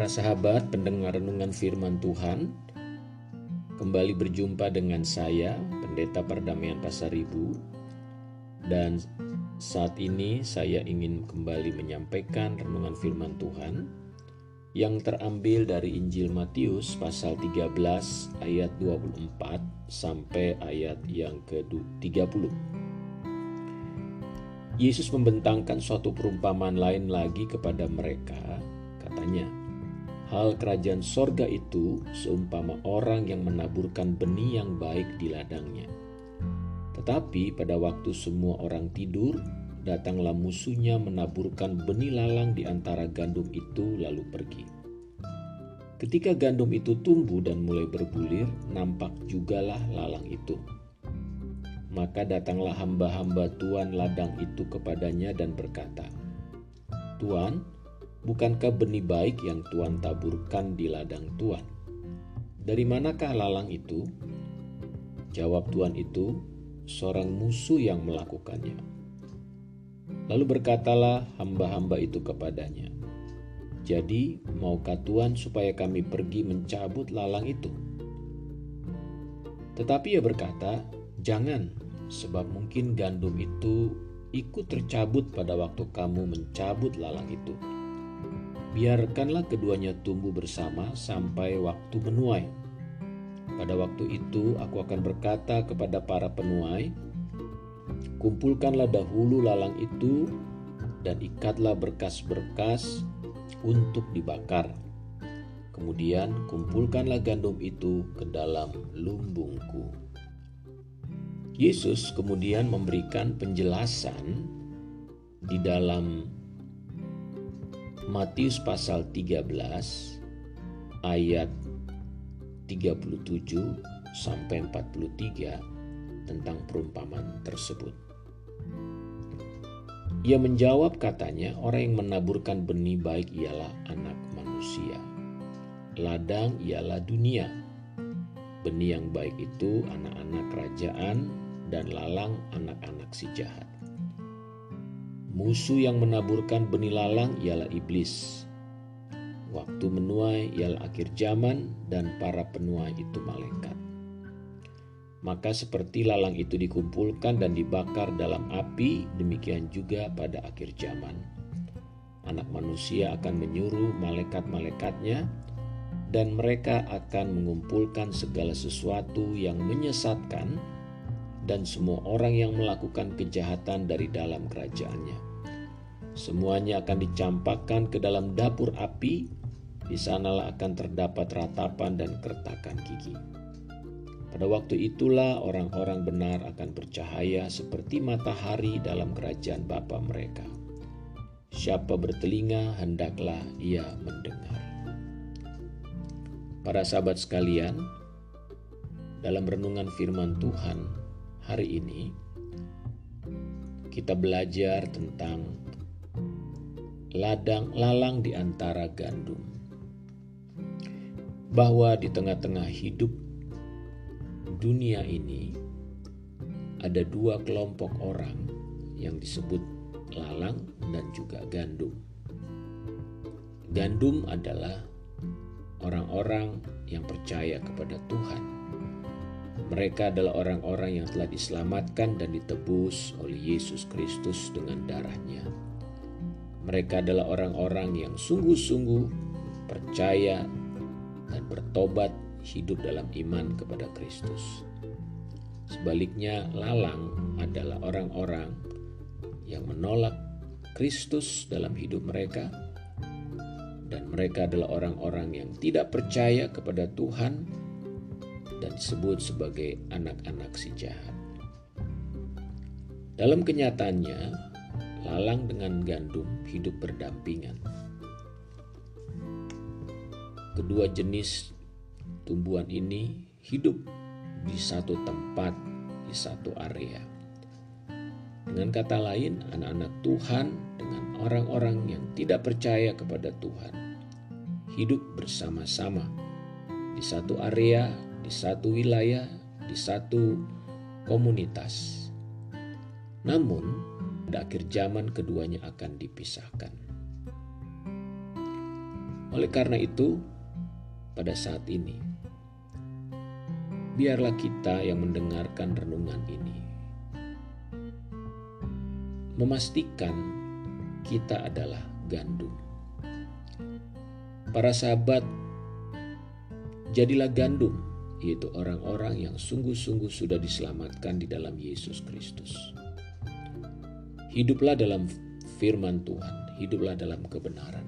Para sahabat pendengar renungan firman Tuhan, kembali berjumpa dengan saya, Pendeta Perdamaian Pasaribu. Dan saat ini saya ingin kembali menyampaikan renungan firman Tuhan yang terambil dari Injil Matius pasal 13 ayat 24 sampai ayat yang ke-30. Yesus membentangkan suatu perumpamaan lain lagi kepada mereka, katanya, hal kerajaan sorga itu seumpama orang yang menaburkan benih yang baik di ladangnya. Tetapi pada waktu semua orang tidur, datanglah musuhnya menaburkan benih lalang di antara gandum itu lalu pergi. Ketika gandum itu tumbuh dan mulai berbulir, nampak jugalah lalang itu. Maka datanglah hamba-hamba tuan ladang itu kepadanya dan berkata, "Tuan, bukankah benih baik yang Tuan taburkan di ladang Tuan? Dari manakah lalang itu?" Jawab tuan itu, "Seorang musuh yang melakukannya." Lalu berkatalah hamba-hamba itu kepadanya, "Jadi maukah Tuan supaya kami pergi mencabut lalang itu?" Tetapi ia berkata, "Jangan, sebab mungkin gandum itu ikut tercabut pada waktu kamu mencabut lalang itu. Biarkanlah keduanya tumbuh bersama sampai waktu menuai. Pada waktu itu aku akan berkata kepada para penuai, kumpulkanlah dahulu lalang itu dan ikatlah berkas-berkas untuk dibakar. Kemudian kumpulkanlah gandum itu ke dalam lumbungku." Yesus kemudian memberikan penjelasan di dalam Matius pasal 13 ayat 37 sampai 43 tentang perumpamaan tersebut. Ia menjawab, katanya, orang yang menaburkan benih baik ialah anak manusia. Ladang ialah dunia. Benih yang baik itu anak-anak kerajaan dan lalang anak-anak si jahat. Musuh yang menaburkan benih lalang ialah iblis. Waktu menuai ialah akhir zaman dan para penuai itu malaikat. Maka seperti lalang itu dikumpulkan dan dibakar dalam api, demikian juga pada akhir zaman. Anak manusia akan menyuruh malaikat-malaikatnya dan mereka akan mengumpulkan segala sesuatu yang menyesatkan dan semua orang yang melakukan kejahatan dari dalam kerajaannya. Semuanya akan dicampakkan ke dalam dapur api, di sanalah akan terdapat ratapan dan kertakan gigi. Pada waktu itulah orang-orang benar akan bercahaya seperti matahari dalam kerajaan Bapa mereka. Siapa bertelinga, hendaklah ia mendengar. Para sahabat sekalian, dalam renungan firman Tuhan hari ini, kita belajar tentang lalang di antara gandum. Bahwa di tengah-tengah hidup dunia ini ada dua kelompok orang yang disebut lalang dan juga gandum. Gandum adalah orang-orang yang percaya kepada Tuhan. Mereka adalah orang-orang yang telah diselamatkan dan ditebus oleh Yesus Kristus dengan darah-Nya. Mereka adalah orang-orang yang sungguh-sungguh percaya dan bertobat hidup dalam iman kepada Kristus. Sebaliknya, lalang adalah orang-orang yang menolak Kristus dalam hidup mereka, dan mereka adalah orang-orang yang tidak percaya kepada Tuhan dan disebut sebagai anak-anak si jahat. Dalam kenyataannya, lalang dengan gandum hidup berdampingan. Kedua jenis tumbuhan ini hidup di satu tempat, di satu area. Dengan kata lain, anak-anak Tuhan dengan orang-orang yang tidak percaya kepada Tuhan hidup bersama-sama di satu area, di satu wilayah, di satu komunitas. Namun, pada akhir zaman keduanya akan dipisahkan. Oleh karena itu, pada saat ini, biarlah kita yang mendengarkan renungan ini memastikan kita adalah gandum. Para sahabat, jadilah gandum, yaitu orang-orang yang sungguh-sungguh sudah diselamatkan di dalam Yesus Kristus. Hiduplah dalam firman Tuhan, hiduplah dalam kebenaran.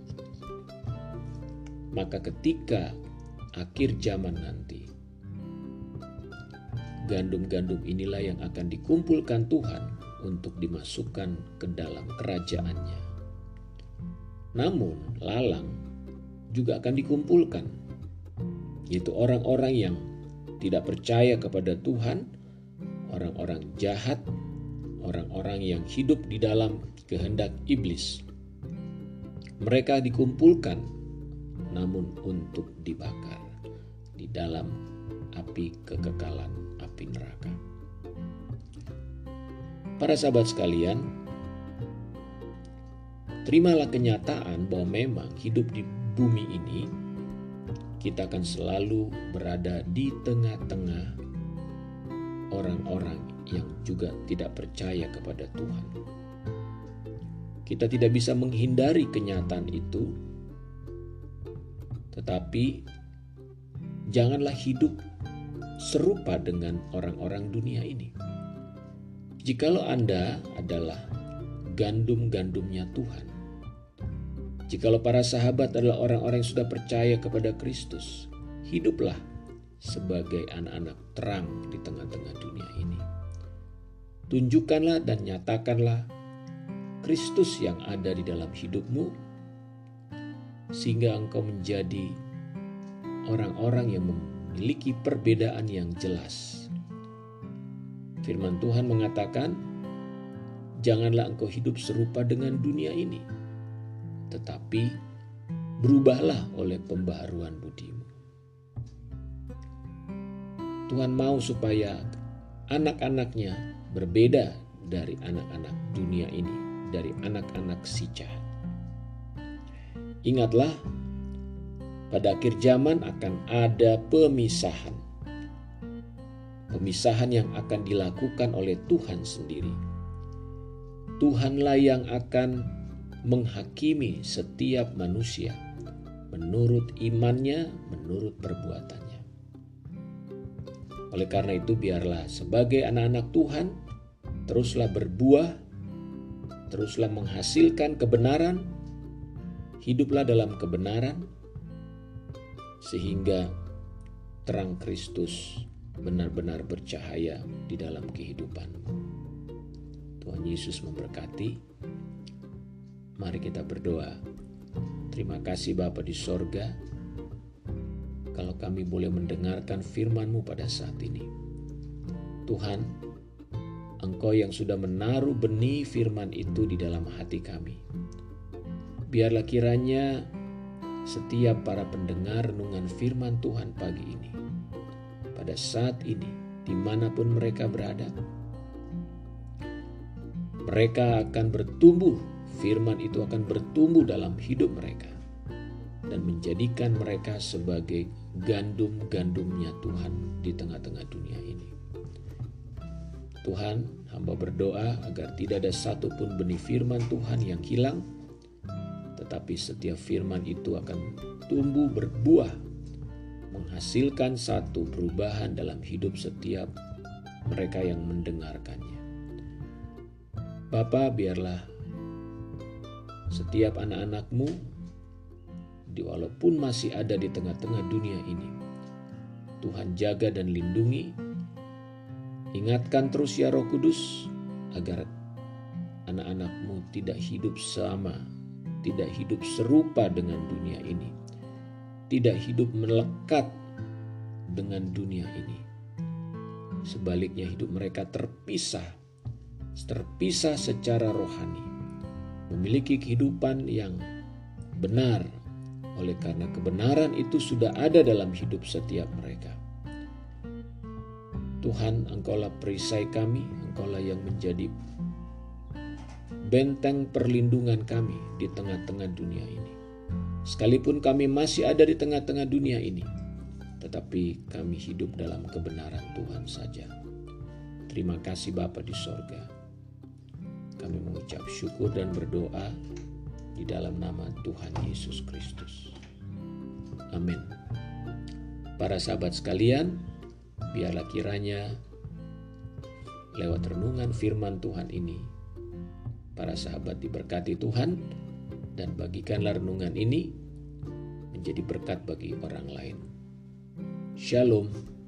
Maka ketika akhir zaman nanti, gandum-gandum inilah yang akan dikumpulkan Tuhan untuk dimasukkan ke dalam kerajaannya. Namun lalang juga akan dikumpulkan, yaitu orang-orang yang tidak percaya kepada Tuhan, orang-orang jahat, orang-orang yang hidup di dalam kehendak iblis. Mereka dikumpulkan namun untuk dibakar di dalam api kekekalan, api neraka. Para sahabat sekalian, terimalah kenyataan bahwa memang hidup di bumi ini kita akan selalu berada di tengah-tengah orang-orang yang juga tidak percaya kepada Tuhan. Kita tidak bisa menghindari kenyataan itu, tetapi janganlah hidup serupa dengan orang-orang dunia ini. Jikalau Anda adalah gandum-gandumnya Tuhan, jikalau para sahabat adalah orang-orang yang sudah percaya kepada Kristus, hiduplah sebagai anak-anak terang di tengah-tengah dunia ini. Tunjukkanlah dan nyatakanlah Kristus yang ada di dalam hidupmu, sehingga engkau menjadi orang-orang yang memiliki perbedaan yang jelas. Firman Tuhan mengatakan, janganlah engkau hidup serupa dengan dunia ini, tetapi berubahlah oleh pembaharuan budimu. Tuhan mau supaya anak-anaknya berbeda dari anak-anak dunia ini, dari anak-anak si jahat. Ingatlah, pada akhir zaman akan ada pemisahan. Pemisahan yang akan dilakukan oleh Tuhan sendiri. Tuhanlah yang akan menghakimi setiap manusia menurut imannya, menurut perbuatannya. Oleh karena itu, biarlah sebagai anak-anak Tuhan teruslah berbuah, teruslah menghasilkan kebenaran, hiduplah dalam kebenaran, sehingga terang Kristus benar-benar bercahaya di dalam kehidupanmu. Tuhan Yesus memberkati. Mari kita berdoa. Terima kasih Bapa di sorga, kalau kami boleh mendengarkan firman-Mu pada saat ini. Tuhan, Engkau yang sudah menaruh benih firman itu di dalam hati kami. Biarlah kiranya setiap para pendengar renungan firman Tuhan pagi ini, pada saat ini, dimanapun mereka berada, mereka akan bertumbuh, firman itu akan bertumbuh dalam hidup mereka dan menjadikan mereka sebagai gandum-gandumnya Tuhan di tengah-tengah dunia ini. Tuhan, hamba berdoa agar tidak ada satupun benih firman Tuhan yang hilang, tetapi setiap firman itu akan tumbuh berbuah, menghasilkan satu perubahan dalam hidup setiap mereka yang mendengarkannya. Bapa, biarlah setiap anak-anak-Mu, walaupun masih ada di tengah-tengah dunia ini, Tuhan jaga dan lindungi. Ingatkan terus ya Roh Kudus, agar anak-anak-Mu tidak hidup sama, tidak hidup serupa dengan dunia ini, tidak hidup melekat dengan dunia ini. Sebaliknya hidup mereka terpisah secara rohani, memiliki kehidupan yang benar, oleh karena kebenaran itu sudah ada dalam hidup setiap mereka. Tuhan, Engkaulah perisai kami, Engkaulah yang menjadi benteng perlindungan kami di tengah-tengah dunia ini. Sekalipun kami masih ada di tengah-tengah dunia ini, tetapi kami hidup dalam kebenaran Tuhan saja. Terima kasih Bapa di sorga. Kami mengucap syukur dan berdoa di dalam nama Tuhan Yesus Kristus. Amin. Para sahabat sekalian, biarlah kiranya lewat renungan firman Tuhan ini, para sahabat diberkati Tuhan, dan bagikanlah renungan ini menjadi berkat bagi orang lain. Shalom.